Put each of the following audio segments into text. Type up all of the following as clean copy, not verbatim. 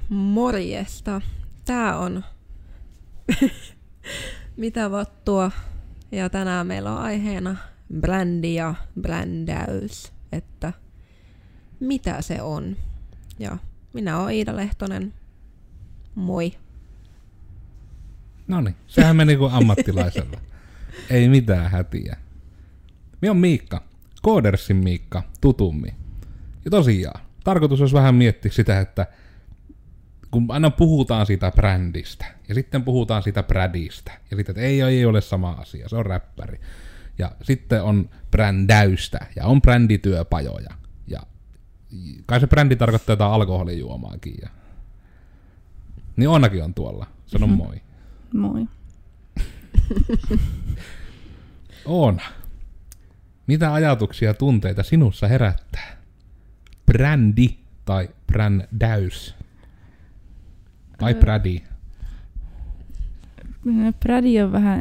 Morjesta. Tää on Mitä vattua? Ja tänään meillä on aiheena brändi ja brändäys, että mitä se on. Ja minä olen Iida Lehtonen. Moi. Noniin, sehän meni kuin ammattilaisella. Ei mitään hätiä. Minä on Miikka, Koodersin Miikka, tutummi. Ja tosiaan, tarkoitus olisi vähän miettiä sitä, että kun aina puhutaan siitä brändistä, ja sitten puhutaan siitä brädistä, ja sitten, että ei ole sama asia, se on räppäri. Ja sitten on brändäystä, ja on brändityöpajoja. Ja kai se brändi tarkoittaa jotain alkoholijuomaakin. Ja niin Onnakin on tuolla. Sano moi. Moi. Oona, mitä ajatuksia ja tunteita sinussa herättää? Brändi tai brändäys? Tai brädi? Brädi on vähän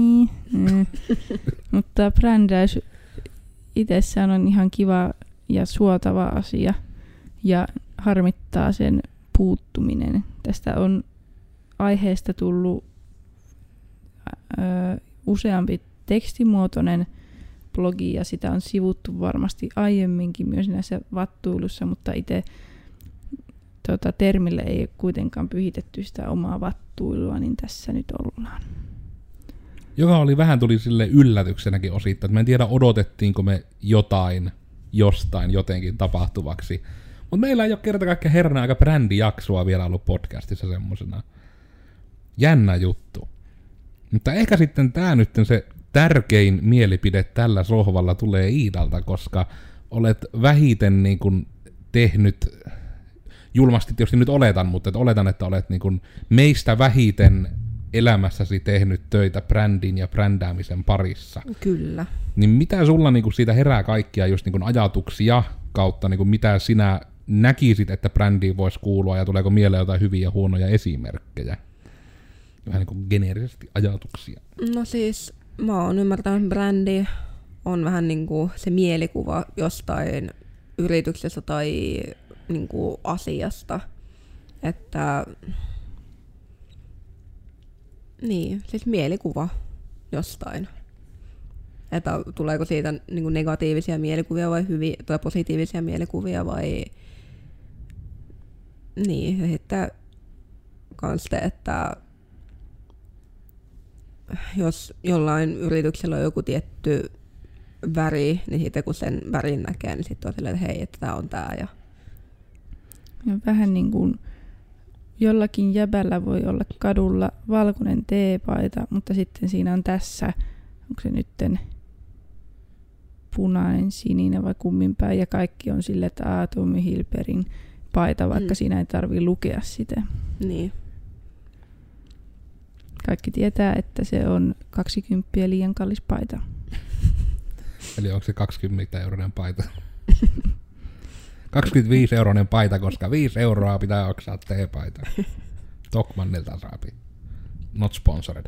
mutta brändäys itsessään on ihan kiva ja suotava asia ja harmittaa sen puuttuminen. Tästä on aiheesta tullut useampi tekstimuotoinen blogi ja sitä on sivuttu varmasti aiemminkin myös näissä vattuilussa, mutta itse termille ei kuitenkaan pyhitetty sitä omaa vattuilua, niin tässä nyt ollaan. Joka oli vähän tuli sille yllätyksenäkin osittain, että mä en tiedä odotettiinko me jotain jostain jotenkin tapahtuvaksi. Mutta meillä ei ole kerta kaikkiaan herran aika brändijaksoa vielä ollut podcastissa semmosena. Jännä juttu. Mutta ehkä sitten tää nyt se tärkein mielipide tällä sohvalla tulee Iidalta, koska olet vähiten niin kuin tehnyt, julmasti tietysti nyt oletan, mutta oletan, että olet niin kuin meistä vähiten elämässäsi tehnyt töitä brändin ja brändäämisen parissa. Kyllä. Niin mitä sulla niin kuin siitä herää kaikkia just niin kuin ajatuksia kautta, niin kuin mitä sinä näkisit, että brändiin voisi kuulua, ja tuleeko mieleen jotain hyviä ja huonoja esimerkkejä? Vähän niin kuin geneerisesti ajatuksia. No siis, mä oon ymmärtänyt, että brändi on vähän niin kuin se mielikuva jostain yrityksestä tai niin kuin asiasta. Että niin, siis mielikuva jostain. Että tuleeko siitä niin kuin negatiivisia mielikuvia vai hyviä tai positiivisia mielikuvia vai niin, ja sitten kans se, että jos jollain yrityksellä on joku tietty väri, niin sitten kun sen värin näkee, niin sitten on silleen, että hei, että tää on tää. Ja vähän niin kuin jollakin jäbällä voi olla kadulla valkoinen teepaita, mutta sitten siinä on tässä, onko se nytten punainen, sininen vai kumminpäin, ja kaikki on sille, että Tommy Hilberin paita, vaikka siinä ei tarvitse lukea sitä. niin. Kaikki tietää, että se on 20 liian kallis paita. Eli onko se 20-euroinen paita? 25-euroinen paita, koska 5 euroa pitää oksaa teepaita. Stockmannilta saapi. Not sponsored.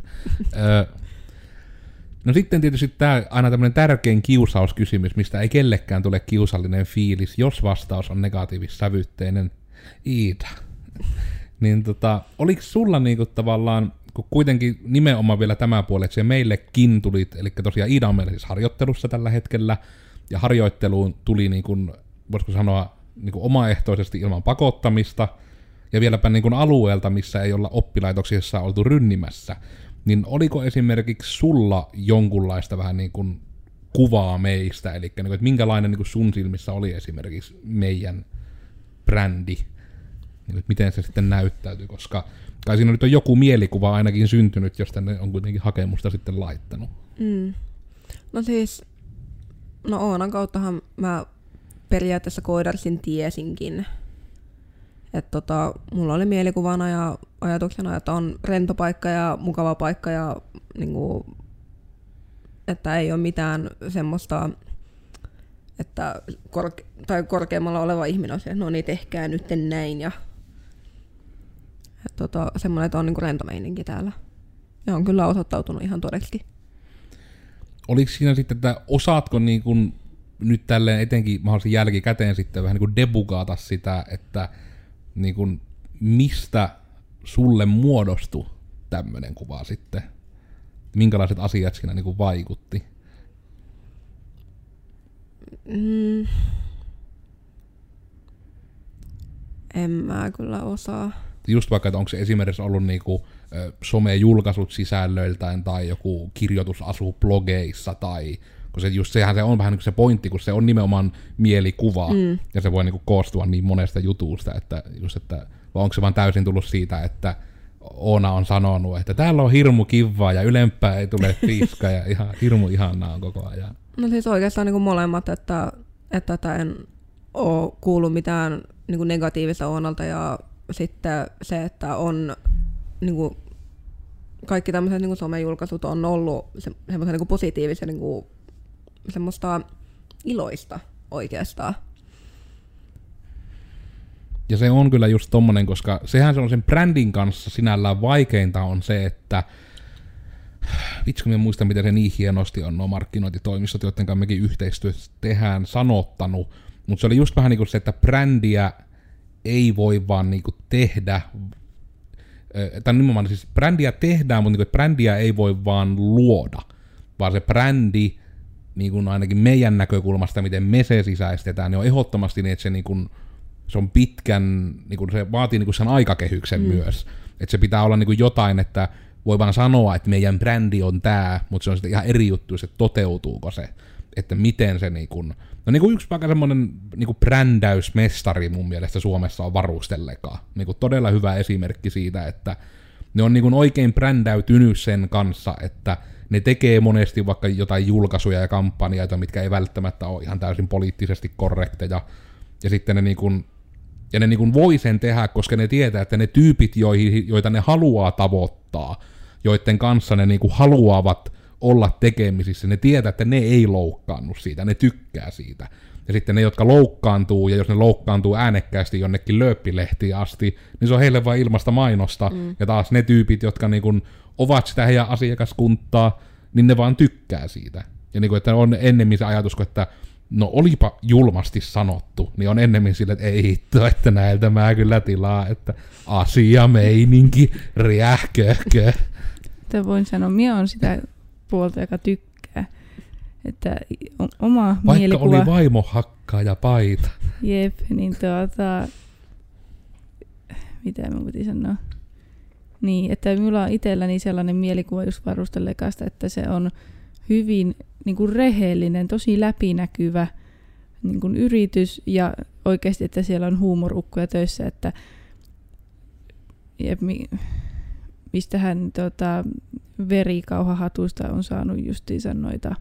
No sitten tietysti tämä aina tämmöinen tärkein kiusauskysymys, mistä ei kellekään tule kiusallinen fiilis, jos vastaus on negatiivissävytteinen. Iida. Niin oliko sulla niinku tavallaan, kun kuitenkin nimenomaan vielä tämä puoli, että se meillekin tulit, eli tosiaan Iida on meillä siis harjoittelussa tällä hetkellä, ja harjoitteluun tuli niin kuin, voisiko sanoa, niin kuin omaehtoisesti ilman pakottamista, ja vieläpä niin kuin alueelta, missä ei olla oppilaitoksissa oltu rynnimässä, niin oliko esimerkiksi sulla jonkunlaista vähän niin kuin kuvaa meistä, eli niin kuin, että minkälainen niin kuin sun silmissä oli esimerkiksi meidän brändi, niin kuin, miten se sitten näyttäytyi, koska kai siinä nyt on joku mielikuva ainakin syntynyt, jos tänne on kuitenkin hakemusta sitten laittanut. No siis, Oonan kauttahan mä periaatteessa Koodersin tiesinkin. Että mulla oli mielikuvana ja ajatuksena, että on rento paikka ja mukava paikka ja niinku, että ei ole mitään semmoista, että korkeammalla oleva ihminen on se, että no niin, tehkää nyt näin ja semmoinen, että on niinku rento meininki täällä. Ja on kyllä osoittautunut ihan todeksi. Oliko siinä sitten, että osaatko niin kuin nyt tälleen etenkin mahdollisesti jälkikäteen sitten vähän niin kuin debugata sitä, että niin kuin mistä sulle muodostui tämmöinen kuva sitten? Minkälaiset asiat siinä niin kuin vaikutti? En mä kyllä osaa. Just vaikka, että onko se esimerkiksi ollut niinku some-julkaisut sisällöiltään tai joku kirjoitus asuu blogeissa tai kun se just sehän se on vähän niin se pointti, kun se on nimenomaan mielikuva ja se voi niinku koostua niin monesta jutusta, että just että vai onko se vaan täysin tullut siitä, että Oona on sanonut, että täällä on hirmu kivaa ja ylempää ei tule piiska ja ihan hirmu ihanaa on koko ajan. No siis oikeastaan niin kuin molemmat, että en ole kuullut mitään niin kuin negatiivista Oonalta ja sitten se, että on niin kuin, kaikki tämmöiset niin kuin somejulkaisut on ollut semmoisia niin kuin positiivisia, niin kuin, semmoista iloista oikeastaan. Ja se on kyllä just tommonen, koska sehän se on sen brändin kanssa sinällään vaikeinta on se, että vitsi kun minä muistan, miten se niin hienosti on nuo markkinointitoimistot, joiden kanssa mekin yhteistyössä tehdään sanottanut, mutta se oli just vähän niin kuin se, että brändiä ei voi vaan niin kuin tehdä, tai nimenomaan siis brändiä tehdään, mutta niin kuin, brändiä ei voi vaan luoda, vaan se brändi, niin kuin ainakin meidän näkökulmasta, miten me se sisäistetään, niin on ehdottomasti niin, että se niin kuin se on pitkän, niin se vaatii niin sen aikakehyksen myös. Että se pitää olla niin jotain, että voi vaan sanoa, että meidän brändi on tää, mutta se on sitten ihan eri juttu, että toteutuuko se. Että miten se niin kuin, no niin kuin yksi vaikka semmoinen niin brändäysmestari mun mielestä Suomessa on Varustellekaa. Niin kuin todella hyvä esimerkki siitä, että ne on niin kuin oikein brändäytynyt sen kanssa, että ne tekee monesti vaikka jotain julkaisuja ja kampanjoita, mitkä ei välttämättä ole ihan täysin poliittisesti korrekteja. Ja sitten ne ne voi sen tehdä, koska ne tietää, että ne tyypit, joita ne haluaa tavoittaa, joiden kanssa ne haluavat olla tekemisissä, ne tietää, että ne ei loukkaannu siitä, ne tykkää siitä. Ja sitten ne, jotka loukkaantuu, ja jos ne loukkaantuu äänekkäästi jonnekin lööppilehtiin asti, niin se on heille vain ilmasta mainosta. Ja taas ne tyypit, jotka ovat sitä heidän asiakaskuntaa, niin ne vaan tykkää siitä. Ja että on ennemmin se ajatus, että no olipa julmasti sanottu, niin on ennemmin sille, että ei hitto, että näiltä mä kyllä tilaa, että asia, meininki, riähköhkö. Että voin sanoa, minä on sitä puolta, joka tykkää, että oma vaikka mielikuva... oli vaimo hakkaa ja paita. Jep, niin mitä mä voitin sanoa? Niin, että minulla on itselläni sellainen mielikuva just Varustellekasta, että se on hyvin niin kuin rehellinen, tosi läpinäkyvä niin kuin yritys ja oikeasti, että siellä on huumorukkoja töissä, että mistähän verikauhahatuista on saanut justiinsa noita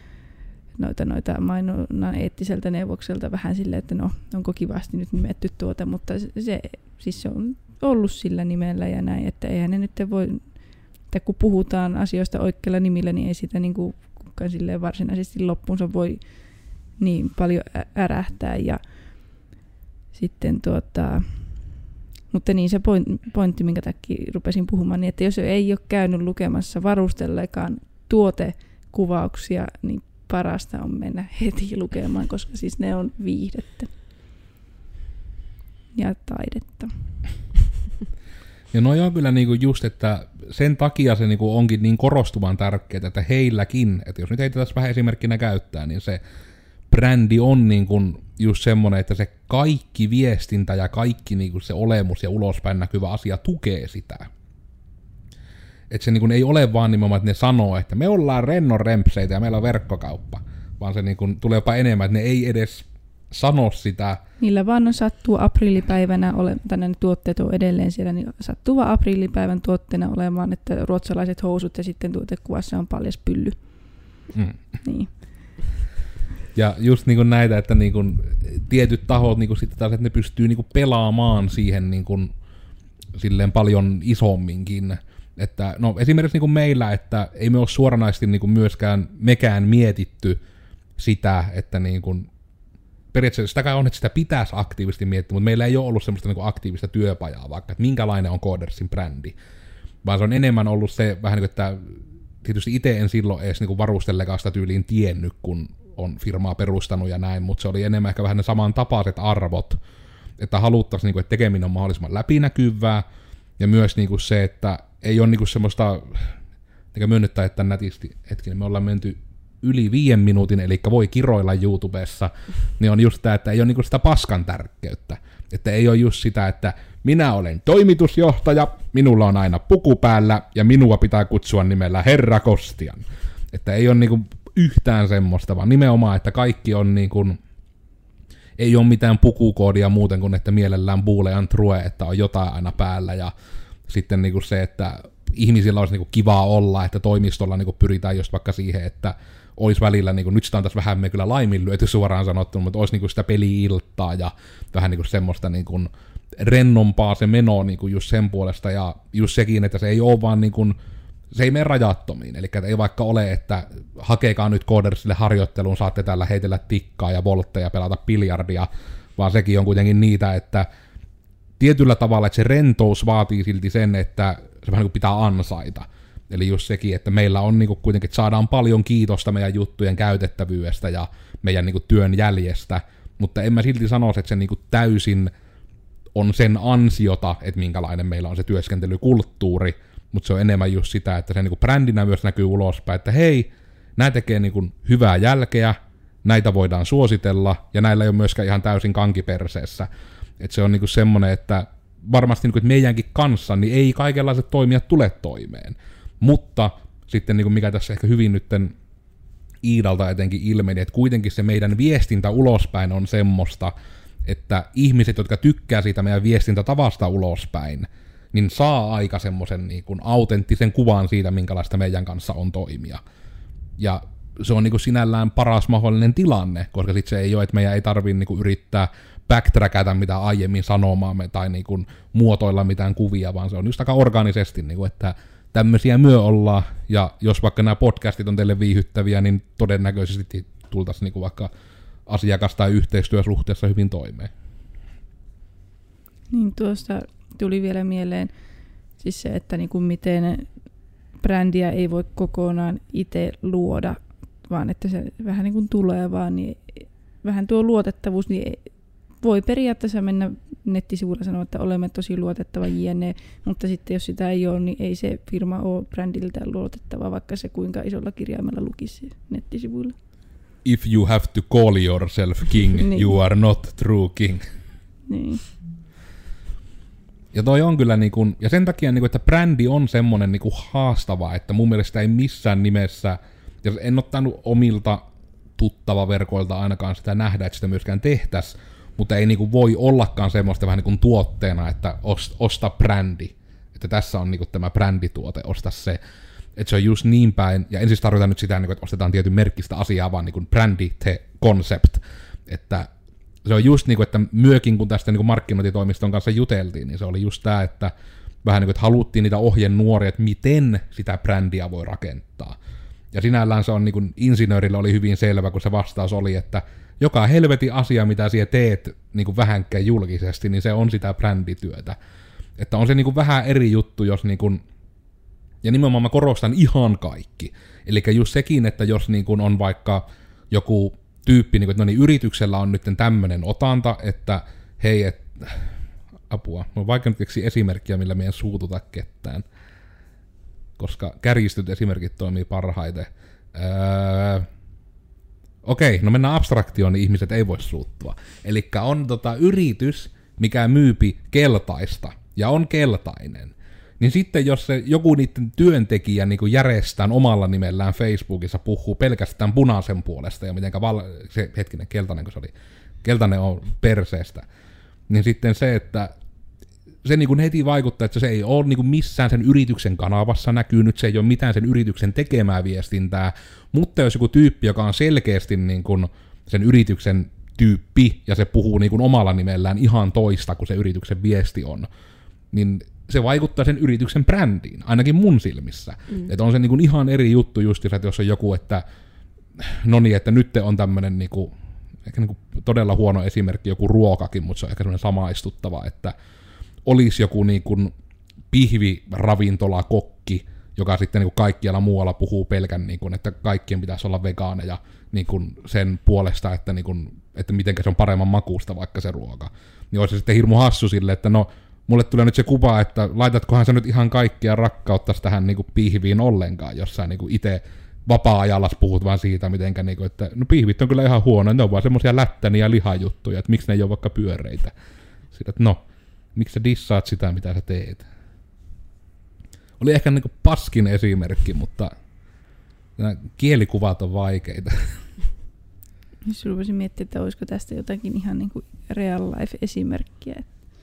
mainonnan eettiseltä neuvokselta vähän silleen, että no, onko kivasti nyt nimetty tuota, mutta se on ollut sillä nimellä ja näin, että eihän ne nyt voi, että kun puhutaan asioista oikealla nimillä, niin ei sitä niin kuin kukaan silleen varsinaisesti loppuunsa voi niin paljon ärähtää ja sitten mutta niin se pointti, minkä takia rupesin puhumaan, niin että jos ei ole käynyt lukemassa Varustellekaan tuotekuvauksia, niin parasta on mennä heti lukemaan, koska siis ne on viihdettä ja taidetta. Ja no on kyllä just, että sen takia se onkin niin korostuvan tärkeää, että heilläkin, että jos nyt heitä tässä vähän esimerkkinä käyttää, niin se brändi on just semmoinen, että se kaikki viestintä ja kaikki se olemus ja ulospäin näkyvä asia tukee sitä. Että se ei ole vaan nimenomaan, että ne sanoo, että me ollaan rennon rempseitä ja meillä on verkkokauppa, vaan se tulee jopa enemmän, että ne ei edes sano sitä. Niillä vaan on sattuu aprillipäivänä, ne tuotteet on edelleen siellä, niin sattuu vaan aprillipäivän tuotteena olemaan, että ruotsalaiset housut ja sitten tuotekuvassa on paljas pylly. Niin. Ja just näitä, että tietyt tahot sitten taas, että ne pystyy pelaamaan siihen silleen paljon isomminkin. Että, no esimerkiksi meillä, että ei me ole suoranaisesti myöskään mekään mietitty sitä, että periaatteessa sitäkään on, että sitä pitäisi aktiivisesti miettiä, mutta meillä ei ole ollut semmoista aktiivista työpajaa vaikka, että minkälainen on Codersin brändi. Vaan se on enemmän ollut se vähän että tietysti itse en silloin edes Varustellekasta tyyliin tiennyt, kun on firmaa perustanut ja näin, mutta se oli enemmän ehkä vähän ne samantapaiset arvot, että haluttaisiin, niin kuin, että tekeminen on mahdollisimman läpinäkyvää, ja myös niin kuin se, että ei ole niin kuin semmoista, eikä myönnyttää, että nätisti, hetkinen, me ollaan menty yli 5 minuutin, eli voi kiroilla YouTubessa, niin on just tämä, että ei ole niin kuin sitä paskan tärkeyttä. Että ei ole just sitä, että minä olen toimitusjohtaja, minulla on aina puku päällä, ja minua pitää kutsua nimellä Herra Kostian. Että ei ole niin kuin yhtään semmoista, vaan nimenomaan, että kaikki on niin kuin, ei ole mitään pukukoodia muuten kuin, että mielellään boolean true, että on jotain aina päällä, ja sitten niin kuin se, että ihmisillä olisi niin kuin kivaa olla, että toimistolla niin kuin pyritään just vaikka siihen, että olisi välillä, niin kuin, nyt sitä on tässä vähän me kyllä laiminlyöty suoraan sanottuna, mutta olisi niin kuin sitä peli-iltaa ja vähän niin kuin semmoista niin kuin rennompaa se meno niin kuin just sen puolesta, ja just sekin, että se ei ole vaan niin kuin, se ei mene rajattomiin, eli ei vaikka ole, että hakekaa nyt Codersille harjoitteluun, saatte täällä heitellä tikkaa ja voltteja, pelata biljardia, vaan sekin on kuitenkin niitä, että tietyllä tavalla, että se rentous vaatii silti sen, että se vähän niin kuin pitää ansaita. Eli just sekin, että meillä on niin kuin kuitenkin, että saadaan paljon kiitosta meidän juttujen käytettävyydestä ja meidän niin kuin työn jäljestä, mutta en mä silti sanoisi, että se niin kuin täysin on sen ansiota, että minkälainen meillä on se työskentelykulttuuri, mutta se on enemmän just sitä, että se niin kuin brändinä myös näkyy ulospäin, että hei, nämä tekee niin kuin hyvää jälkeä, näitä voidaan suositella, ja näillä ei ole myöskään ihan täysin kankiperseessä. Että se on niin kuin semmoinen, että varmasti niin kuin, että meidänkin kanssa niin ei kaikenlaiset toimijat tule toimeen. Mutta sitten niin kuin mikä tässä ehkä hyvin nytten Iidalta etenkin ilmeni, että kuitenkin se meidän viestintä ulospäin on semmoista, että ihmiset, jotka tykkää siitä meidän viestintätavasta ulospäin, niin saa aika semmoisen niin kuin autenttisen kuvan siitä, minkälaista meidän kanssa on toimia. Ja se on niin kuin sinällään paras mahdollinen tilanne, koska sitten se ei ole, että meidän ei tarvitse niin kuin yrittää backtrackata mitä aiemmin sanomaamme tai niin kuin muotoilla mitään kuvia, vaan se on just aika organisesti, niin kuin, että tämmöisiä myö ollaan, ja jos vaikka nämä podcastit on teille viihyttäviä, niin todennäköisesti tultaisiin niin kuin vaikka asiakas- tai yhteistyösuhteessa hyvin toimeen. Niin tuosta tuli vielä mieleen siis se, että niin kuin miten brändiä ei voi kokonaan itse luoda, vaan että se vähän niin kuin tulee vaan, niin vähän tuo luotettavuus, niin voi periaatteessa mennä nettisivuilla sanoa, että olemme tosi luotettava jne, mutta sitten jos sitä ei ole, niin ei se firma ole brändiltään luotettava, vaikka se kuinka isolla kirjaimella lukisi nettisivuilla. If you have to call yourself king, niin. You are not true king. Niin. Ja toi on kyllä niinku, ja sen takia niinku, että brändi on semmonen niinku haastava, että mun mielestä ei missään nimessä, ja en ottanut omilta tuttavaverkoilta ainakaan sitä nähdä, että sitä myöskään tehtäisiin, mutta ei niinku voi ollakaan semmoista vähän niinku tuotteena, että osta brändi. Että tässä on niinku tämä brändituote, osta se. Että se on just niin päin, ja en siis tarvita nyt sitä, että ostetaan tietyn merkkistä asiaa, vaan niinku brändi the concept. Että se on just niinku, että myökin kun tästä niinku markkinointitoimiston kanssa juteltiin, niin se oli just tämä, että vähän niinku, että haluttiin niitä ohjenuoria, että miten sitä brändiä voi rakentaa. Ja sinällään se on niinku, insinöörillä oli hyvin selvä, kun se vastaus oli, että joka helvetin asia, mitä siellä teet niinku vähänkään julkisesti, niin se on sitä brändityötä. Että on se niinku vähän eri juttu, jos niinku, ja nimenomaan mä korostan ihan kaikki. Eli just sekin, että jos niinku on vaikka joku tyyppi, niinku, että no niin, yrityksellä on nyt tämmöinen otanta, että hei, apua, on vaikka nyt keksiä esimerkkiä, millä meidän suututa ketään, koska kärjistyt esimerkit toimii parhaiten. Okei, no mennään abstraktioon, niin ihmiset ei voi suuttua. Eli on yritys, mikä myypi keltaista, ja on keltainen. Niin sitten jos se joku niiden työntekijä niin järjestään omalla nimellään Facebookissa puhuu pelkästään punaisen puolesta, ja mitenkä se hetkinen, keltainen, kun se oli, keltainen on perseestä, niin sitten se, että se niin kuin heti vaikuttaa, että se ei ole niin kuin missään sen yrityksen kanavassa näkynyt, se ei ole mitään sen yrityksen tekemää viestintää, mutta jos joku tyyppi, joka on selkeästi niin kuin sen yrityksen tyyppi, ja se puhuu niin kuin omalla nimellään ihan toista kuin se yrityksen viesti on, niin se vaikuttaa sen yrityksen brändiin, ainakin mun silmissä. Että on se niin kuin ihan eri juttu just, että jos on joku, että no niin, että nyt on tämmöinen niin kuin, ehkä niin kuin todella huono esimerkki, joku ruokakin, mutta se on ehkä semmoinen samaistuttava, että olisi joku niin kuin pihviravintolakokki, joka sitten niin kuin kaikkialla muualla puhuu pelkän, niin kuin, että kaikkien pitäisi olla vegaaneja niin kuin sen puolesta, että, niin kuin, että miten se on paremman makuusta vaikka se ruoka. Niin olisi sitten hirmu hassu sille, että no, mulle tulee nyt se kuva, että laitatkohan sä nyt ihan kaikkia rakkautta tähän niin kuin pihviin ollenkaan, jos sä niin kuin itse vapaa-ajalla puhut vaan siitä, mitenkä, niin kuin, että no pihvit on kyllä ihan huono, ne on vaan semmosia lättäniä lihajuttuja, että miksi ne ei ole vaikka pyöreitä. Sitä, että no, miksi sä dissaat sitä, mitä sä teet? Oli ehkä niin kuin paskin esimerkki, mutta nämä kielikuvat on vaikeita. Jos rupesin miettimään, että olisiko tästä jotakin ihan niin kuin real life esimerkkiä.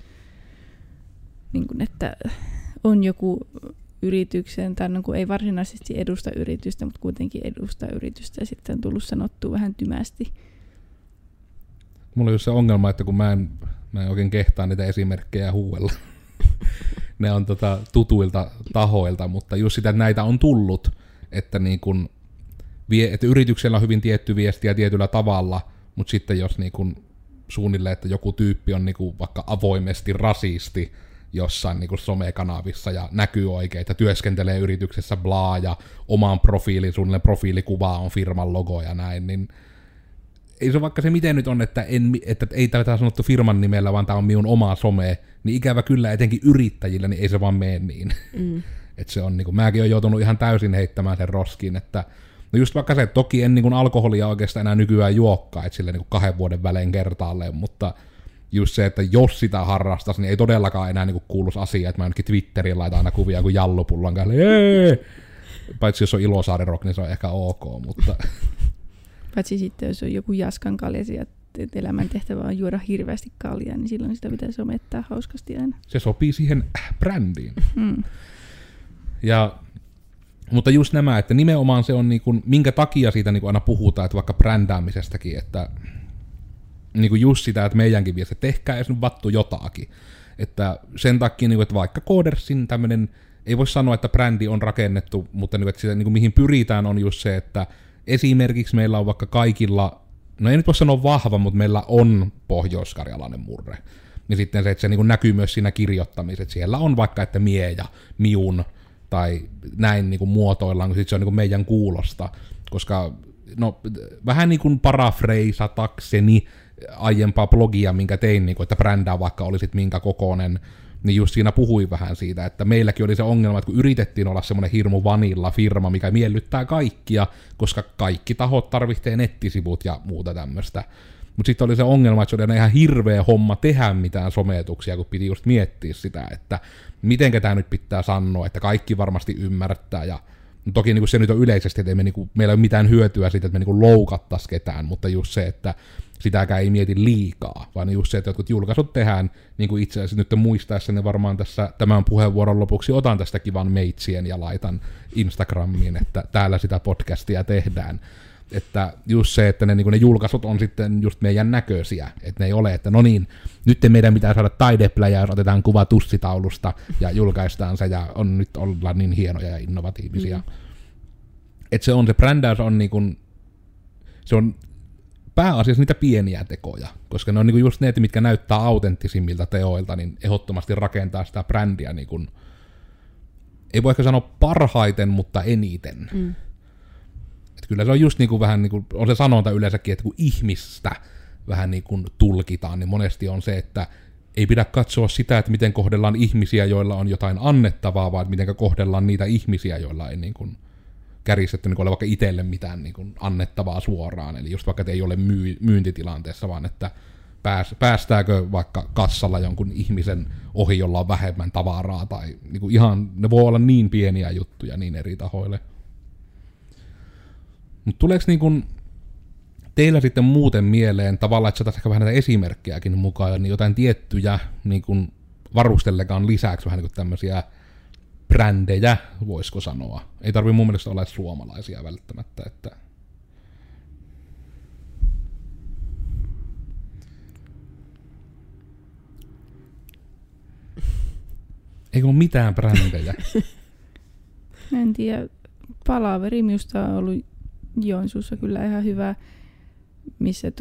Niin kuin, että on joku yrityksen, tai no, ei varsinaisesti edusta yritystä, mutta kuitenkin edustaa yritystä ja sitten on tullut sanottua vähän tymästi. Mulla on just se ongelma, että kun mä en oikein kehtaa niitä esimerkkejä huuella. Ne on tutuilta tahoilta, mutta just sitä, että näitä on tullut, että, niin kun, että yrityksellä on hyvin tietty viestiä tietyllä tavalla, mutta sitten jos niin kun suunnilleen, että joku tyyppi on niin kun vaikka avoimesti rasisti jossain niin kun somekanavissa ja näkyy oikein, että työskentelee yrityksessä blaa ja omaan profiilin, suunnilleen profiilikuvaa on firman logo ja näin, niin ei se vaikka se miten nyt on, että ei tätä sanottu firman nimellä, vaan tämä on minun oma some, niin ikävä kyllä etenkin yrittäjillä, niin ei se vaan mene niin. Että se on niinku, mäkin olen joutunut ihan täysin heittämään sen roskiin, että no just vaikka se, että toki en niinku alkoholia oikeastaan enää nykyään juokkaa, että sille niinku 2 vuoden välein kertaalleen, mutta just se, että jos sitä harrastaisi, niin ei todellakaan enää niinku kuuluisi asia, että mä ainakin Twitteriin laitan aina kuvia kuin jallupullon kanssa, paitsi jos on Ilosaari Rock, niin se on ehkä ok, mutta paitsi sitten, jos on joku Jaskan kaljasi ja elämäntehtävä on juoda hirveästi kaljaa, niin silloin sitä pitäisi omettaa hauskasti aina. Se sopii siihen brändiin. Mutta just nämä, että nimenomaan se on niin kuin, minkä takia siitä niin kuin aina puhutaan, että vaikka brändäämisestäkin, että niin kuin just sitä, että meidänkin viesti, että tehkää edes nyt vattu jotakin. Että sen takia, niin kuin, että vaikka Codersin tämmöinen, ei voi sanoa, että brändi on rakennettu, mutta niin kuin, että sitä, niin kuin, mihin pyritään on just se, että esimerkiksi meillä on vaikka kaikilla, no ei nyt voi sanoa vahva, mutta meillä on pohjoiskarjalainen murre. Niin sitten se, että se niin kuin näkyy myös siinä kirjoittamisessa, että siellä on vaikka, että mie ja miun, tai näin niin kuin muotoillaan, kun sitten se on niin kuin meidän kuulosta. Koska, no, vähän niin kuin parafreisatakseni aiempaa blogia, minkä tein, niin kuin, että brändää vaikka olisit minkä kokoinen, niin just siinä puhuin vähän siitä, että meilläkin oli se ongelma, että kun yritettiin olla semmoinen hirmu vanilla firma, mikä miellyttää kaikkia, koska kaikki tahot tarvitsee nettisivut ja muuta tämmöistä. Mutta sitten oli se ongelma, että se oli ihan hirveä homma tehdä mitään sometuksia, kun piti just miettiä sitä, että mitenkä tämä nyt pitää sanoa, että kaikki varmasti ymmärtää. Ja no toki niin kuin se nyt on yleisesti, että meillä ei ole mitään hyötyä siitä, että me niin loukattaisiin ketään, mutta just se, että sitäkään ei mieti liikaa, vaan just se, että jotkut julkaisut tehdään, niin kuin itse asiassa nyt muistaessani varmaan tässä tämän puheenvuoron lopuksi otan tästä kivan meitsien ja laitan Instagramiin, että täällä sitä podcastia tehdään. Että just se, että ne julkaisut on sitten just meidän näköisiä, että ne ei ole, että no niin, nyt meidän pitää saada taidepläjäys, otetaan kuva tussitaulusta ja julkaistaan se ja on nyt ollaan niin hienoja ja innovatiivisia. Että se on, se brändäys on niin kuin, se on pääasiassa niitä pieniä tekoja, koska ne on niin kuin just ne, mitkä näyttää autenttisimmilta teoilta, niin ehdottomasti rakentaa sitä brändiä niin kuin, ei voi ehkä sanoa parhaiten, mutta eniten. Et kyllä se on just niin kuin vähän, niin kuin, on se sanonta yleensäkin, että kun ihmistä vähän niin kuin tulkitaan, niin monesti on se, että ei pidä katsoa sitä, että miten kohdellaan ihmisiä, joilla on jotain annettavaa, vaan miten kohdellaan niitä ihmisiä, joilla ei niin kuin kärjistetty niin kuin ole vaikka itselle mitään niin kuin annettavaa suoraan. Eli just vaikka ei ole myyntitilanteessa, vaan että päästääkö vaikka kassalla jonkun ihmisen ohi, jolla on vähemmän tavaraa, tai niin kuin ihan, ne voi olla niin pieniä juttuja niin eri tahoille. Mutta tuleeko niin kuin teillä sitten muuten mieleen tavallaan, että saataisiin ehkä vähän näitä esimerkkejäkin mukaan, niin jotain tiettyjä niin kuin varustellekaan lisäksi vähän niin kuin tämmöisiä brändejä, voisiko sanoa. Ei tarvitse mun mielestä olla suomalaisia välttämättä, että eikö ole mitään brändejä? En tiedä. Palaveri minusta on ollut Joensuussa kyllä ihan hyvä, missä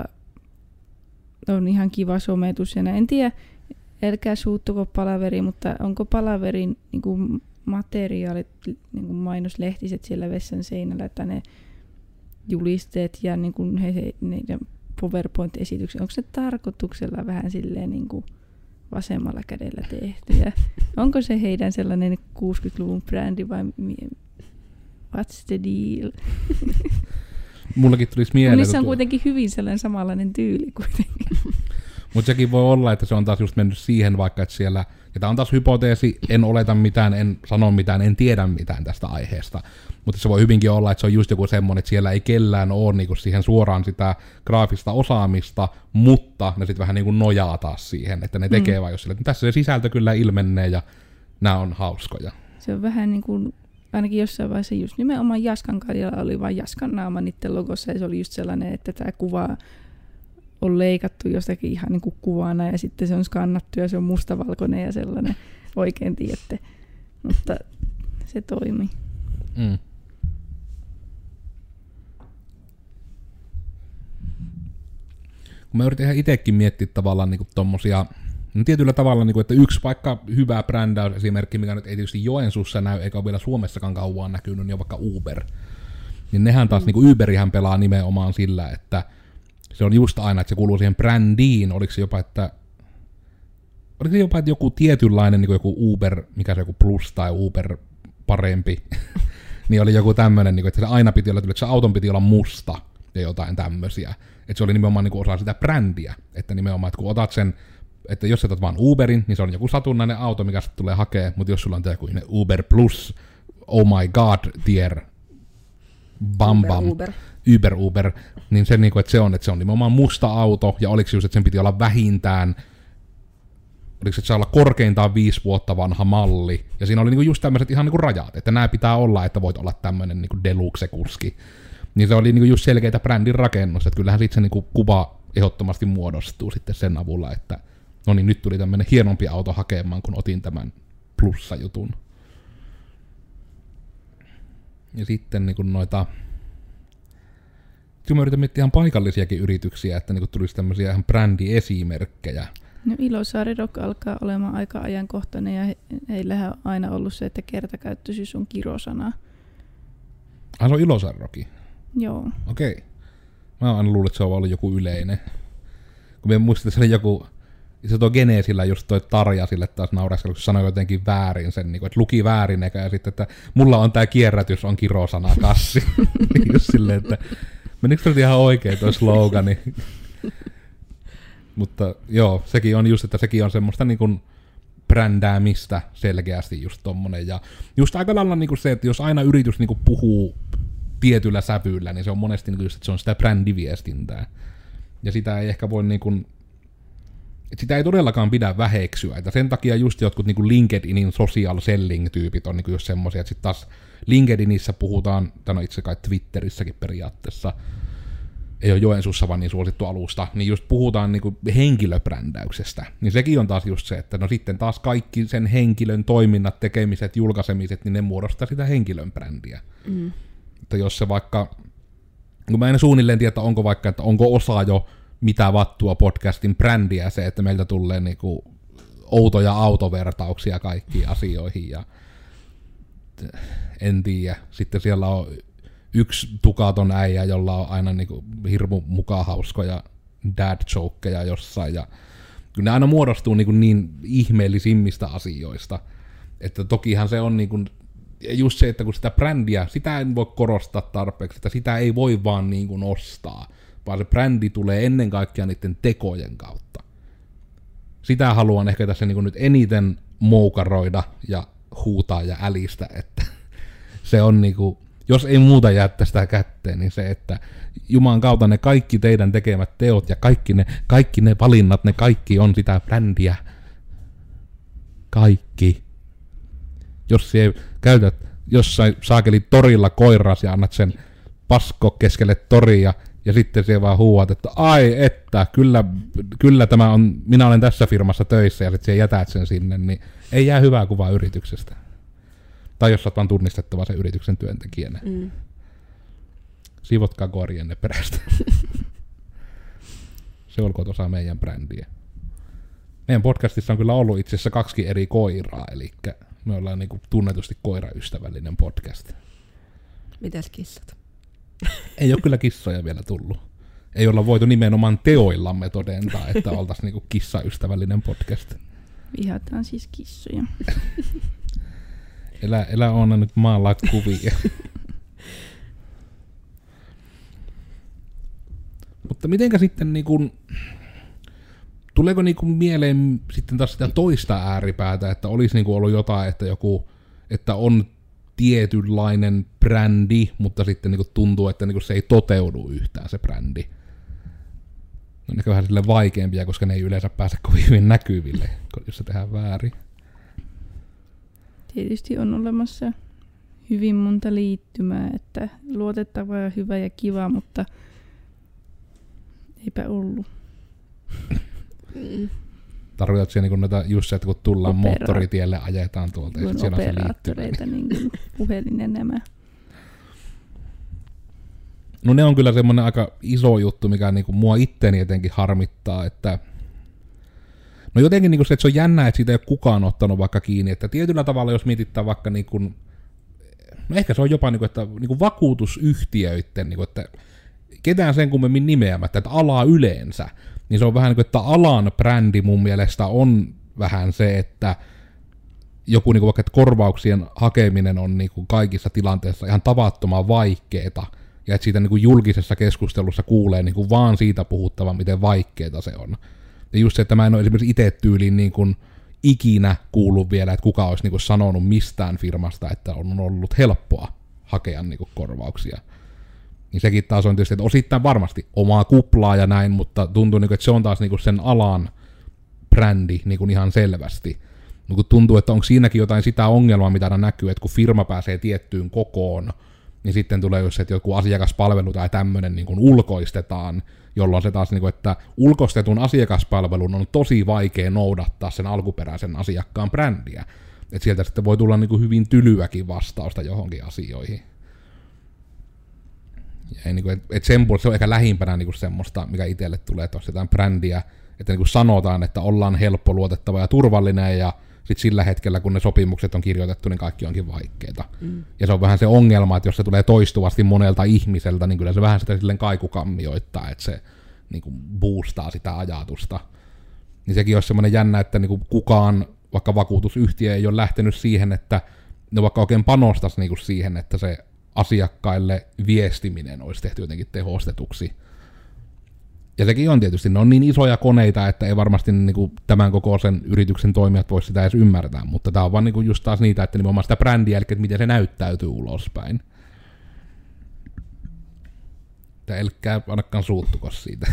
on ihan kiva sometus. Ja en tiedä, älkää suuttuko Palaveri, mutta onko Palaverin niin materiaalit, niin kuin mainoslehtiset siellä vessan seinällä, että ne julisteet ja niin kuin heidän PowerPoint-esitykset, onko se tarkoituksella vähän silleen niin kuin vasemmalla kädellä tehty? Ja onko se heidän sellainen 60-luvun brändi vai what's the deal? Mullakin tulisi mieleen. Niissä on kuitenkin hyvin sellainen samanlainen tyyli kuitenkin. Mutta sekin voi olla, että se on taas just mennyt siihen vaikka, että siellä, ja tämä on taas hypoteesi, en oleta mitään, en sano mitään, en tiedä mitään tästä aiheesta, mutta se voi hyvinkin olla, että se on just joku semmoinen, että siellä ei kellään ole niinku siihen suoraan sitä graafista osaamista, mutta ne sitten vähän niinku nojaa taas siihen, että ne tekee vaan jos sille, että tässä se sisältö kyllä ilmenee ja nämä on hauskoja. Se on vähän niin kuin, ainakin jossain vaiheessa just nimenomaan Jaskan Kaljalla oli vain Jaskan naama niiden logossa, ja se oli just sellainen, että tämä kuva on leikattu jostakin ihan niin kuin kuvana ja sitten se on skannattu ja se on mustavalkoinen ja sellainen, oikein tiedätte. Mutta se toimii. Mm. Kun mä yritin ihan itsekin miettiä tavallaan niin tommosia, tietyllä tavalla, niin kuin, että yksi vaikka hyvä brändäysesimerkki, mikä nyt ei tietysti Joensuussa näy, eikä ole vielä Suomessakaan kauan näkynyt, niin on vaikka Uber. Niin nehän taas, niin kuin Uberihän pelaa nimenomaan sillä, että se on just aina, että se kuuluu siihen brändiin. Oliko se jopa, että joku tietynlainen niin kuin joku Uber, mikä se joku Plus tai Uber parempi, niin oli joku tämmöinen, niin kuin, että se aina piti olla, että se auton piti olla musta ja jotain tämmöisiä. Että se oli nimenomaan niin kuin osa sitä brändiä, että nimenomaan, että kun otat sen, että jos otat vaan Uberin, niin se on joku satunnainen auto, mikä sitten tulee hakemaan, mutta jos sulla on joku Uber Plus, oh my god tier, bam bam, Uber, niin se, että se on nimenomaan musta auto, ja oliko just, että sen piti olla vähintään, oliko se, että saa olla korkeintaan 5 vuotta vanha malli, ja siinä oli just tämmöiset ihan rajat, että nämä pitää olla, että voit olla tämmöinen deluxe-kuski. Niin se oli just selkeitä brändin rakennus, että kyllähän sitten se kuva ehdottomasti muodostuu sitten sen avulla, että no niin, nyt tuli tämmöinen hienompi auto hakemaan, kun otin tämän plussajutun. Ja sitten noita, kun mä yritän miettiä ihan paikallisiakin yrityksiä, että tulisi tämmöisiä ihan brändiesimerkkejä. No Ilosaari Rock alkaa olemaan aika ajankohtainen ja heillähän on aina ollut se, että kertakäyttöisyys on kirosana. Se on Ilosaari Rock? Joo. Okei. Mä oon aina luullut, että se on ollut joku yleinen. Kun mä muistin, että se oli joku, se tuo Geneesillä just toi Tarja sille taas nauraskeli, kun se sanoi jotenkin väärin sen, että luki väärin, eikä ja sitten, että mulla on tää kierrätys, on kirosana kassi. Just silleen, että menikö se ihan oikein toi slogani? Mutta joo, sekin on just, että sekin on semmoista niin kuin brändäämistä selkeästi just tommonen. Ja just aika lailla niin kuin se, että jos aina yritys niin kuin puhuu tietyllä sävyllä, niin se on monesti niin kuin just, että se on sitä brändiviestintää. Ja sitä ei ehkä voi niin kuin, että sitä ei todellakaan pidä väheksyä. Että sen takia just jotkut niin kuin LinkedInin social selling-tyypit on niin kuin just semmosia, että sitten taas LinkedInissä puhutaan, tai no itse kai Twitterissäkin periaatteessa, ei ole Joensuussa vaan niin suosittu alusta, niin just puhutaan niinku henkilöbrändäyksestä. Niin sekin on taas just se, että no sitten taas kaikki sen henkilön toiminnat, tekemiset, julkaisemiset, niin ne muodostaa sitä henkilön brändiä. Mm. Että jos se vaikka, kun mä en suunnilleen tiedä, onko vaikka, että onko osa jo mitä vattua podcastin brändiä se, että meiltä tulee niinku outoja autovertauksia kaikkiin asioihin ja en tiedä. Sitten siellä on yksi tukaton äijä, jolla on aina niinku hirmu mukaan hauskoja dad-jokeja jossain, ja kyllä ne aina muodostuu niinku niin ihmeellisimmistä asioista, että tokihan se on niinku, just se, että kun sitä brändiä, sitä ei voi korostaa tarpeeksi, että sitä ei voi vaan niinku nostaa, vaan se brändi tulee ennen kaikkea niiden tekojen kautta. Sitä haluan ehkä tässä niinku nyt eniten moukaroida ja huutaa ja älistä, että se on niinku, jos ei muuta jää tästä kätteen, niin se, että Jumalan kautta ne kaikki teidän tekemät teot ja kaikki ne valinnat, ne kaikki on sitä brändiä. Kaikki. Jos sä käytät jossain saakeli torilla koiras ja annat sen pasko keskelle toria, ja sitten siellä vaan huuat, että ai että, kyllä tämä on, minä olen tässä firmassa töissä, ja sitten siellä jätät sen sinne, niin ei jää hyvää kuvaa yrityksestä. Tai jos olet vaan tunnistettava sen yrityksen työntekijänä. Mm. Siivotkaa korjenne perästä. Se olkoon osa meidän brändiä. Meidän podcastissa on kyllä ollut itse asiassa 2 eri koiraa, eli Me ollaan niinku tunnetusti koiraystävällinen podcast. Mitäs kissat? Ei ole kyllä kissoja vielä tullut. Ei olla voitu nimenomaan teoillamme todentaa, että oltaisiin niinku kissaystävällinen podcast. Vihataan siis kissoja. Elä Oona nyt maalaa kuvia. Mutta mitenkä sitten niinku, tuleeko niinku mieleen sitten taas sitä toista ääripäätä, että olisi niinku ollut jotain, että että on tietynlainen brändi, mutta sitten niinku tuntuu, että niinku se ei toteudu yhtään se brändi. On ehkä vähän sille vaikeampia, koska ne ei yleensä pääse kovin hyvin näkyville, jos se tehdään väärin. Tietysti on olemassa hyvin monta liittymää, että luotettava ja hyvä ja kiva, mutta eipä ollut. Tarkoitatko siellä niin noita just se, että kun tullaan moottoritielle, ajetaan tuolta ja siellä on se operaattoreita, niin kuin puhelinen nämä. No ne on kyllä semmoinen aika iso juttu, mikä niin kuin mua itteni jotenkin harmittaa, että no jotenkin niin kuin se, että se on jännä, että siitä ei ole kukaan ottanut vaikka kiinni, että tietyllä tavalla jos mietitään vaikka niin kuin, no ehkä se on jopa niin kuin, että niin kuin vakuutusyhtiöiden, niin kuin, että ketään sen kummemmin nimeämättä, että ala yleensä, niin se on vähän niin kuin, että alan brändi mun mielestä on vähän se, että joku niin kuin vaikka, että korvauksien hakeminen on niin kuin kaikissa tilanteissa ihan tavattoman vaikeeta, ja että siitä niin kuin julkisessa keskustelussa kuulee niin kuin vaan siitä puhuttavan, miten vaikeeta se on. Ja just se, että mä en ole esimerkiksi itse tyyliin niin kuin ikinä kuullut vielä, että kuka olisi niin kuin sanonut mistään firmasta, että on ollut helppoa hakea niin kuin korvauksia. Niin sekin taas on tietysti, että osittain varmasti omaa kuplaa ja näin, mutta tuntuu, että se on taas sen alan brändi ihan selvästi. Kun tuntuu, että onko siinäkin jotain sitä ongelmaa, mitä aina näkyy, että kun firma pääsee tiettyyn kokoon, niin sitten tulee just se, että joku asiakaspalvelu tai tämmöinen ulkoistetaan, jolloin se taas, että ulkoistetun asiakaspalvelun on tosi vaikea noudattaa sen alkuperäisen asiakkaan brändiä. Että sieltä sitten voi tulla hyvin tylyäkin vastausta johonkin asioihin. Että sen puolesta se on ehkä lähimpänä semmoista, mikä itselle tulee, että on jotain brändiä, että sanotaan, että ollaan helppo, luotettava ja turvallinen, ja sitten sillä hetkellä, kun ne sopimukset on kirjoitettu, niin kaikki onkin vaikeita. Ja se on vähän se ongelma, että jos se tulee toistuvasti monelta ihmiseltä, niin kyllä se vähän sitä silleen kaikukammioittaa, että se boostaa sitä ajatusta. Niin sekin olisi semmoinen jännä, että kukaan, vaikka vakuutusyhtiö ei ole lähtenyt siihen, että ne vaikka oikein panostaisi siihen, että se asiakkaille viestiminen olisi tehty jotenkin tehostetuksi. Ja sekin on tietysti, ne on niin isoja koneita, että ei varmasti tämän kokoisen yrityksen toimijat voi sitä edes ymmärtää, mutta tämä on vaan just taas niitä, että nimenomaan sitä brändiä, eli miten se näyttäytyy ulospäin. Tämä elkkää ainakaan suuttuko siitä.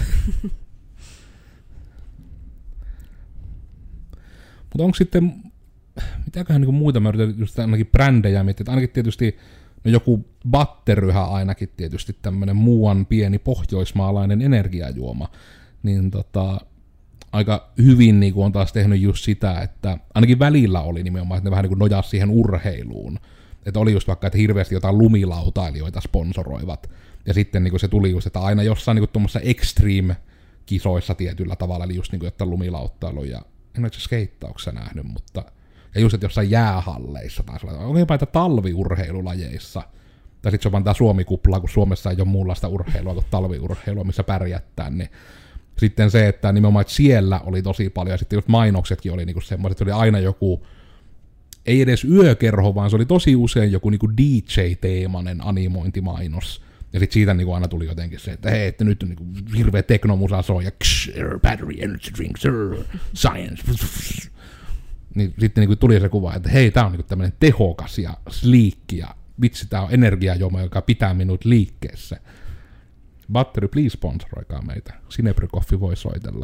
Mutta onko sitten, mitäköhän muita mä yritän just ainakin brändejä miettiä, että ainakin tietysti no joku Batteryhän ainakin tietysti tämmönen muuan pieni pohjoismaalainen energiajuoma, niin aika hyvin on taas tehnyt just sitä, että ainakin välillä oli nimenomaan, että ne vähän nojasi siihen urheiluun. Että oli just vaikka, että hirveästi jotain lumilautailijoita sponsoroivat, ja sitten se tuli just, että aina jossain tuommoissa extreme-kisoissa tietyllä tavalla, eli just jotain lumilauttailu, ja en ole skeittauksessa nähnyt, mutta ja just, että jossain jäähalleissa taisi olla, onko jopa talviurheilulajeissa. Tai sitten se on vaan tämä Suomi-kupla, kun Suomessa ei ole muunlaista urheilua kuin talviurheilua, missä pärjättää. Niin sitten se, että nimenomaan että siellä oli tosi paljon, ja sitten just mainoksetkin oli semmoiset, että oli aina joku, ei edes yökerho, vaan se oli tosi usein joku DJ-teemainen animointimainos. Ja sitten siitä aina tuli jotenkin se, että hei, että nyt on hirveä teknomusa soi, ja battery energy drinks, science. Niin sitten tuli se kuva, että hei, tää on tämmönen tehokas ja sliikki, ja vitsi, tää on energiajuoma, joka pitää minut liikkeessä. Battery, please sponsoroikaa meitä. Sinebry-koffi voi soitella.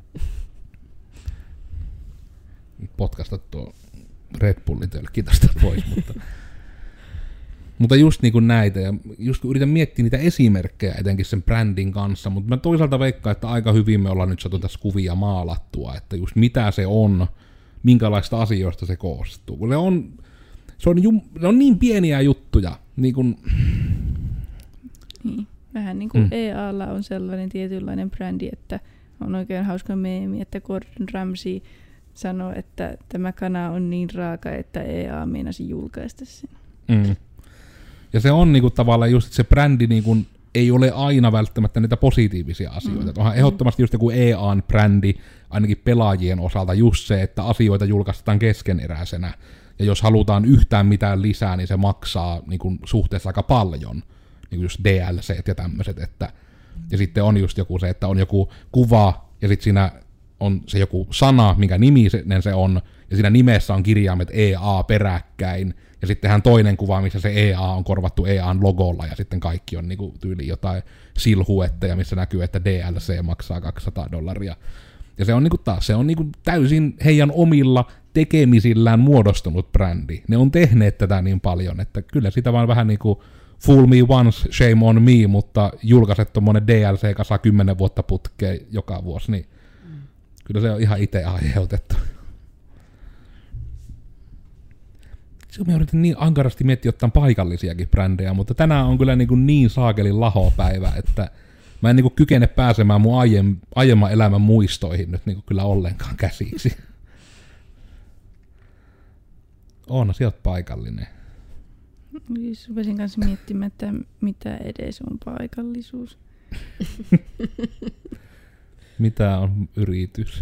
Potkasta tuo Red Bullin tölkki tästä pois, mutta just näitä, ja just yritän miettiä niitä esimerkkejä etenkin sen brändin kanssa, mutta mä toisaalta veikkaan, että aika hyvin me ollaan nyt saatu tässä kuvia maalattua, että just mitä se on, minkälaista asioista se koostuu. Se on niin pieniä juttuja. Niin, vähän niin kuin EA:lla on sellainen tietynlainen brändi, että on oikein hauska meemi, että Gordon Ramsay sanoi, että tämä kana on niin raaka, että EA meinasi julkaista sen. Mm. Ja se on niinku tavallaan just, että se brändi niinku ei ole aina välttämättä niitä positiivisia asioita. Onhan ehdottomasti just joku EA:n brändi, ainakin pelaajien osalta, just se, että asioita julkaistaan keskeneräisenä. Ja jos halutaan yhtään mitään lisää, niin se maksaa niinku suhteessa aika paljon. Niinku just DLCt ja tämmöiset. Ja sitten on just joku se, että on joku kuva, ja sitten siinä on se joku sana, minkä niminen se on, ja siinä nimessä on kirjaimet EA peräkkäin, ja sittenhän toinen kuva, missä se EA on korvattu EA:n logolla, ja sitten kaikki on niinku tyyli jotain silhuetteja, missä näkyy, että DLC maksaa $200. Ja se on niinku taas, se on niinku täysin heidän omilla tekemisillään muodostunut brändi. Ne on tehneet tätä niin paljon, että kyllä sitä vaan vähän niinku fool me once, shame on me, mutta julkaiset tommonen DLC-kasa 10 vuotta putkeen joka vuosi, niin kyllä se on ihan itse aiheutettu. Mä yritin niin ankarasti miettiä ottaa paikallisiakin brändejä, mutta tänään on kyllä niin saakelin lahopäivä, että mä en kykene pääsemään mun aiemman elämän muistoihin nyt kyllä ollenkaan käsiksi. Oona, sä oot paikallinen. Rupesin kanssa miettimään, että mitä edes on paikallisuus. Mitä on yritys?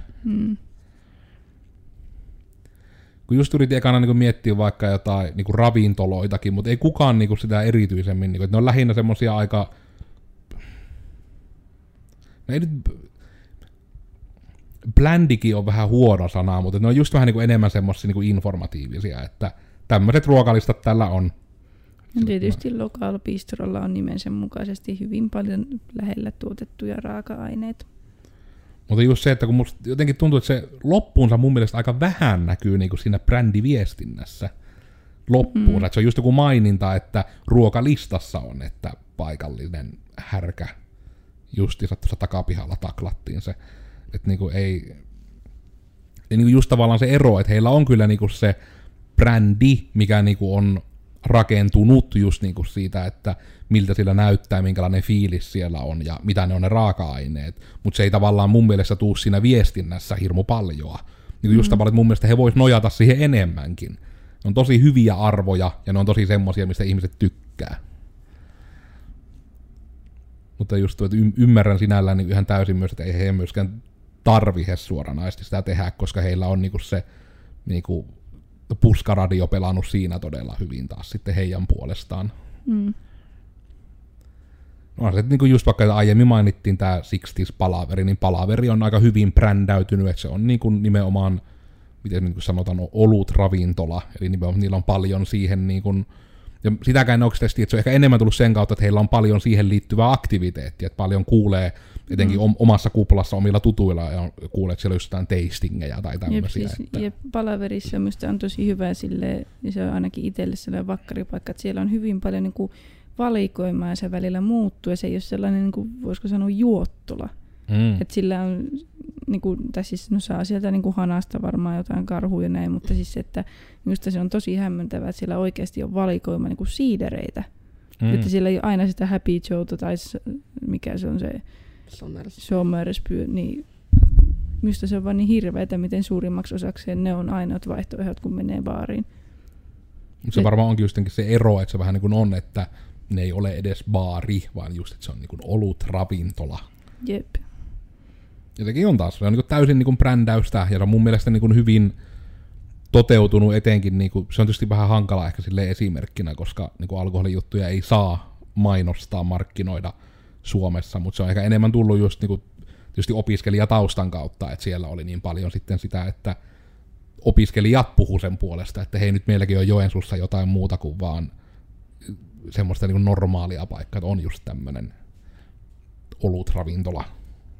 Kun just yritin ekana miettiä vaikka jotain ravintoloitakin, mutta ei kukaan sitä erityisemmin. Että ne on lähinnä semmosia aika... No ei nyt... Bländikin on vähän huono sana, mutta ne on just vähän enemmän semmosia informatiivisia, että tämmöiset ruokalistat tällä on. Ja tietysti Local Bistrolla on nimensä mukaisesti hyvin paljon lähellä tuotettuja raaka-aineita. Mutta just se, että kun musta jotenkin tuntuu, että se loppuunsa mun mielestä aika vähän näkyy siinä brändiviestinnässä loppuun. Että se on just joku maininta, että ruokalistassa on, että paikallinen härkä justiinsa tuossa takapihalla taklattiin se. Että ei just tavallaan se ero, että heillä on kyllä se brändi, mikä on rakentunut just siitä, että miltä sillä näyttää, minkälainen fiilis siellä on ja mitä ne on ne raaka-aineet. Mutta se ei tavallaan mun mielestä tuu siinä viestinnässä hirmu paljoa. Just tavallaan, että mun mielestä he vois nojata siihen enemmänkin. Ne on tosi hyviä arvoja ja ne on tosi semmosia, mistä ihmiset tykkää. Mutta just että ymmärrän sinällään ihan täysin myös, että ei he myöskään tarvitse suoranaisesti sitä tehdä, koska heillä on se puskaradio pelannut siinä todella hyvin taas sitten heidän puolestaan. No se, että just vaikka aiemmin mainittiin tämä 60s Palaveri, niin Palaveri on aika hyvin brändäytynyt, että se on nimenomaan, miten sanotaan, olut ravintola, eli nimenomaan niillä on paljon siihen ja sitäkään en oikeasti, että se on ehkä enemmän tullut sen kautta, että heillä on paljon siihen liittyvää aktiviteettia, että paljon kuulee etenkin omassa kuplassa omilla tutuilla ja kuulee, että siellä on just jotain tastingeja tai tämmöisiä. Ja Palaverissa minusta on tosi hyvä silleen, ja se on ainakin itselle sellainen vakkaripaikka, että siellä on hyvin paljon valikoimaa ja se välillä muuttuu, ja se ei ole sellainen, voisiko sanoa, juottola. Että sillä on, tai siis no saa sieltä hanasta varmaan jotain karhuja ja näin, mutta siis että minusta se on tosi hämmentävää, että siellä oikeasti on valikoima siidereitä. Että siellä ei ole aina sitä Happy Joeta tai mikä se on se Sommersby, niin minusta se on vaan niin hirveetä, miten suurimmaksi osakseen ne on ainoat vaihtoehdot, kun menee baariin. Se varmaan onkin just se ero, että se vähän on, että ne ei ole edes baari, vaan just, että se on olut ravintola. Jep. Ja sekin on taas, se on täysin brändäystä, ja se on mun mielestä hyvin toteutunut etenkin, se on tietysti vähän hankala ehkä silleen esimerkkinä, koska alkoholijuttuja ei saa mainostaa, markkinoida Suomessa, mutta se on ehkä enemmän tullut just tietysti opiskelijataustan kautta, että siellä oli niin paljon sitten sitä, että opiskelijat puhu sen puolesta, että hei, nyt meilläkin on Joensuussa jotain muuta kuin vaan semmoista normaalia paikkaa, että on just tämmönen olutravintola.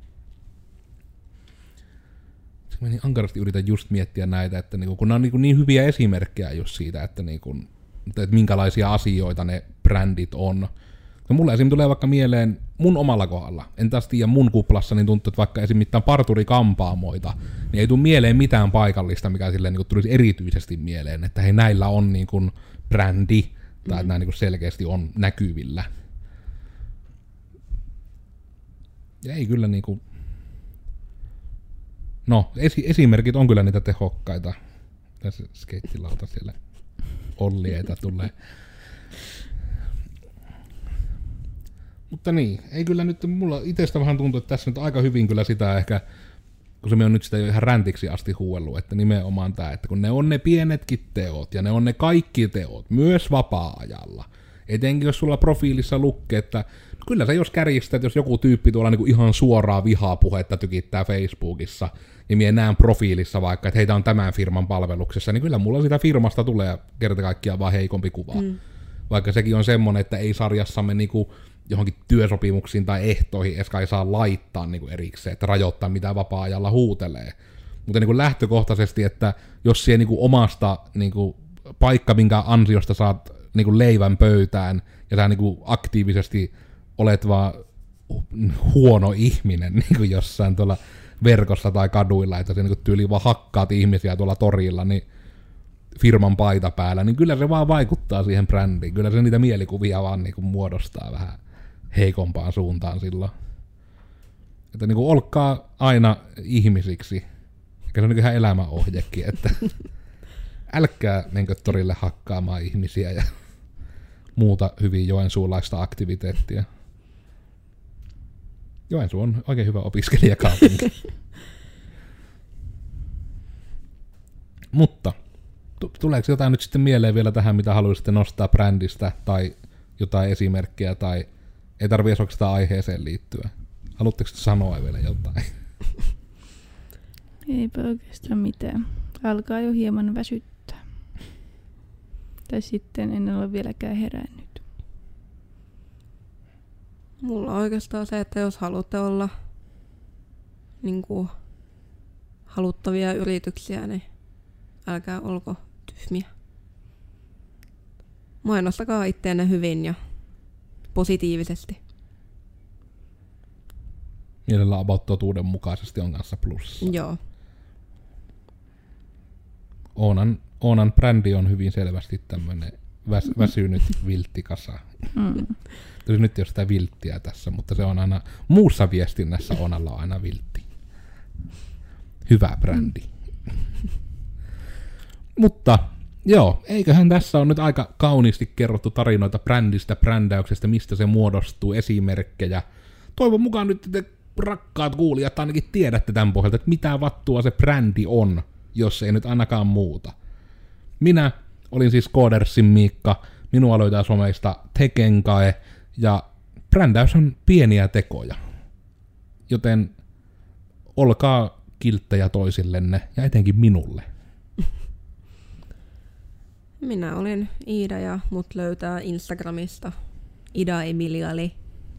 Mä niin ankarasti yritän just miettiä näitä, että kun nämä on niin hyviä esimerkkejä just siitä, että minkälaisia asioita ne brändit on. No mulle esim. Tulee vaikka mieleen mun omalla kohdalla, en taas tiedä mun kuplassa, niin tuntuu, että vaikka esim. Mitään parturikampaamoita, niin ei tule mieleen mitään paikallista, mikä silleen tulisi erityisesti mieleen, että hei, näillä on brändi, tai että nämä selkeästi on näkyvillä. Ja ei kyllä No, esimerkit on kyllä niitä tehokkaita. Tässä skeittilauta siellä Ollieita tulee. Mutta niin, ei kyllä nyt, mulla itsestä vähän tuntuu, että tässä nyt aika hyvin kyllä sitä ehkä, kun se me on nyt sitä jo ihan räntiksi asti huuellut, että nimenomaan tämä, että kun ne on ne pienetkin teot, ja ne on ne kaikki teot, myös vapaa-ajalla, etenkin jos sulla profiilissa lukee, että kyllä sä jos kärjistät, jos joku tyyppi tuolla niinku ihan suoraa vihapuhetta tykittää Facebookissa, ja mie näen profiilissa vaikka, että heitä on tämän firman palveluksessa, niin kyllä mulla sitä firmasta tulee kerta kaikkiaan vaan heikompi kuva. Vaikka sekin on semmonen, että ei sarjassamme niinku johonkin työsopimuksiin tai ehtoihin edes ei saa laittaa niinku erikseen, että rajoittaa mitä vapaa-ajalla huutelee. Mutta niinku lähtökohtaisesti, että jos siellä niinku omasta niinku paikka, minkä ansiosta saat niinku leivän pöytään, ja sä niinku aktiivisesti olet vaan huono ihminen niinku jossain tuolla verkossa tai kaduilla, että sä niinku tyyliin vaan hakkaat ihmisiä tuolla torilla, niin firman paita päällä, niin kyllä se vaan vaikuttaa siihen brändiin. Kyllä se niitä mielikuvia vaan niinku muodostaa vähän heikompaan suuntaan silloin. Että niinku olkaa aina ihmisiksi. Eikä se on niinku ihan elämäohjekin, että älkää menkö torille hakkaamaan ihmisiä ja muuta hyvin joensuulaista aktiviteettia. Joensuu on oikein hyvä opiskelijakaupunki. Mutta tuleeko jotain nyt sitten mieleen vielä tähän, mitä haluaisitte nostaa brändistä, tai jotain esimerkkejä, tai ei tarvitse edes oikeastaan aiheeseen liittyä? Haluatteko sanoa vielä jotain? Eipä oikeastaan mitään. Alkaa jo hieman väsyttää. Tai sitten en ole vieläkään herännyt. Mulla on oikeastaan se, että jos haluatte olla haluttavia yrityksiä, niin älkää olko tyhmiä. Mainostakaa itteenne hyvin ja positiivisesti. Mielellä about totuuden mukaisesti on kanssa plussa. Joo. Oonan brändi on hyvin selvästi tämmönen väsynyt vilttikasa. Nyt ei ole sitä vilttiä tässä, mutta se on aina muussa viestinnässä Oonalla on aina viltti. Hyvä brändi. Mutta joo, eiköhän tässä on nyt aika kauniisti kerrottu tarinoita brändistä, brändäyksestä, mistä se muodostuu, esimerkkejä. Toivon mukaan nyt te rakkaat kuulijat ainakin tiedätte tämän pohjalta, että mitä vattua se brändi on, jos ei nyt ainakaan muuta. Minä olin siis Koodersin Miikka, minua löytää someista Tekenkae, ja brändäys on pieniä tekoja. Joten olkaa kilttejä toisillenne, ja etenkin minulle. Minä olin Iida ja mut löytää Instagramista Ida Emiliali.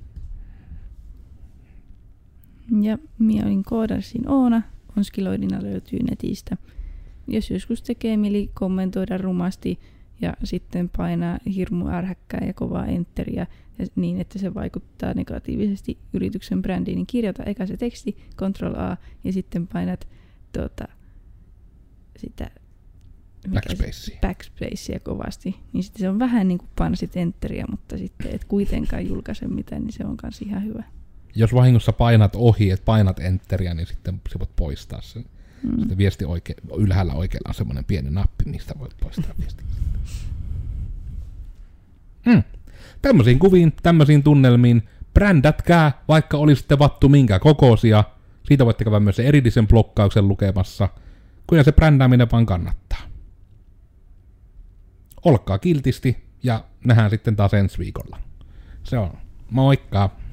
Ja minä olin Koodersin Oona, Onskiloidina löytyy netistä. Jos joskus tekee mieli kommentoida rumasti ja sitten painaa hirmu ärhäkkää ja kovaa enteriä niin, että se vaikuttaa negatiivisesti yrityksen brändiin, niin kirjoita eka se teksti, Ctrl-A, ja sitten painat sitä backspacea kovasti. Niin sitten se on vähän niin kuin painasit enteriä, mutta sitten et kuitenkaan julkaise mitään, niin se on kanssa ihan hyvä. Jos vahingossa painat ohi, että painat enteriä, niin sitten sä voit poistaa sen. Sitten viesti ylhäällä oikealla on semmoinen pieni nappi, mistä voit poistaa viestiä. Tämmöisiin kuviin, tämmöisiin tunnelmiin, brändätkää, vaikka olisitte vattu minkä kokoisia. Siitä voitte käydä myös erillisen blokkauksen lukemassa. Kyllä se brändääminen vaan kannattaa. Olkaa kiltisti ja nähdään sitten taas ensi viikolla. Se on. Moikka!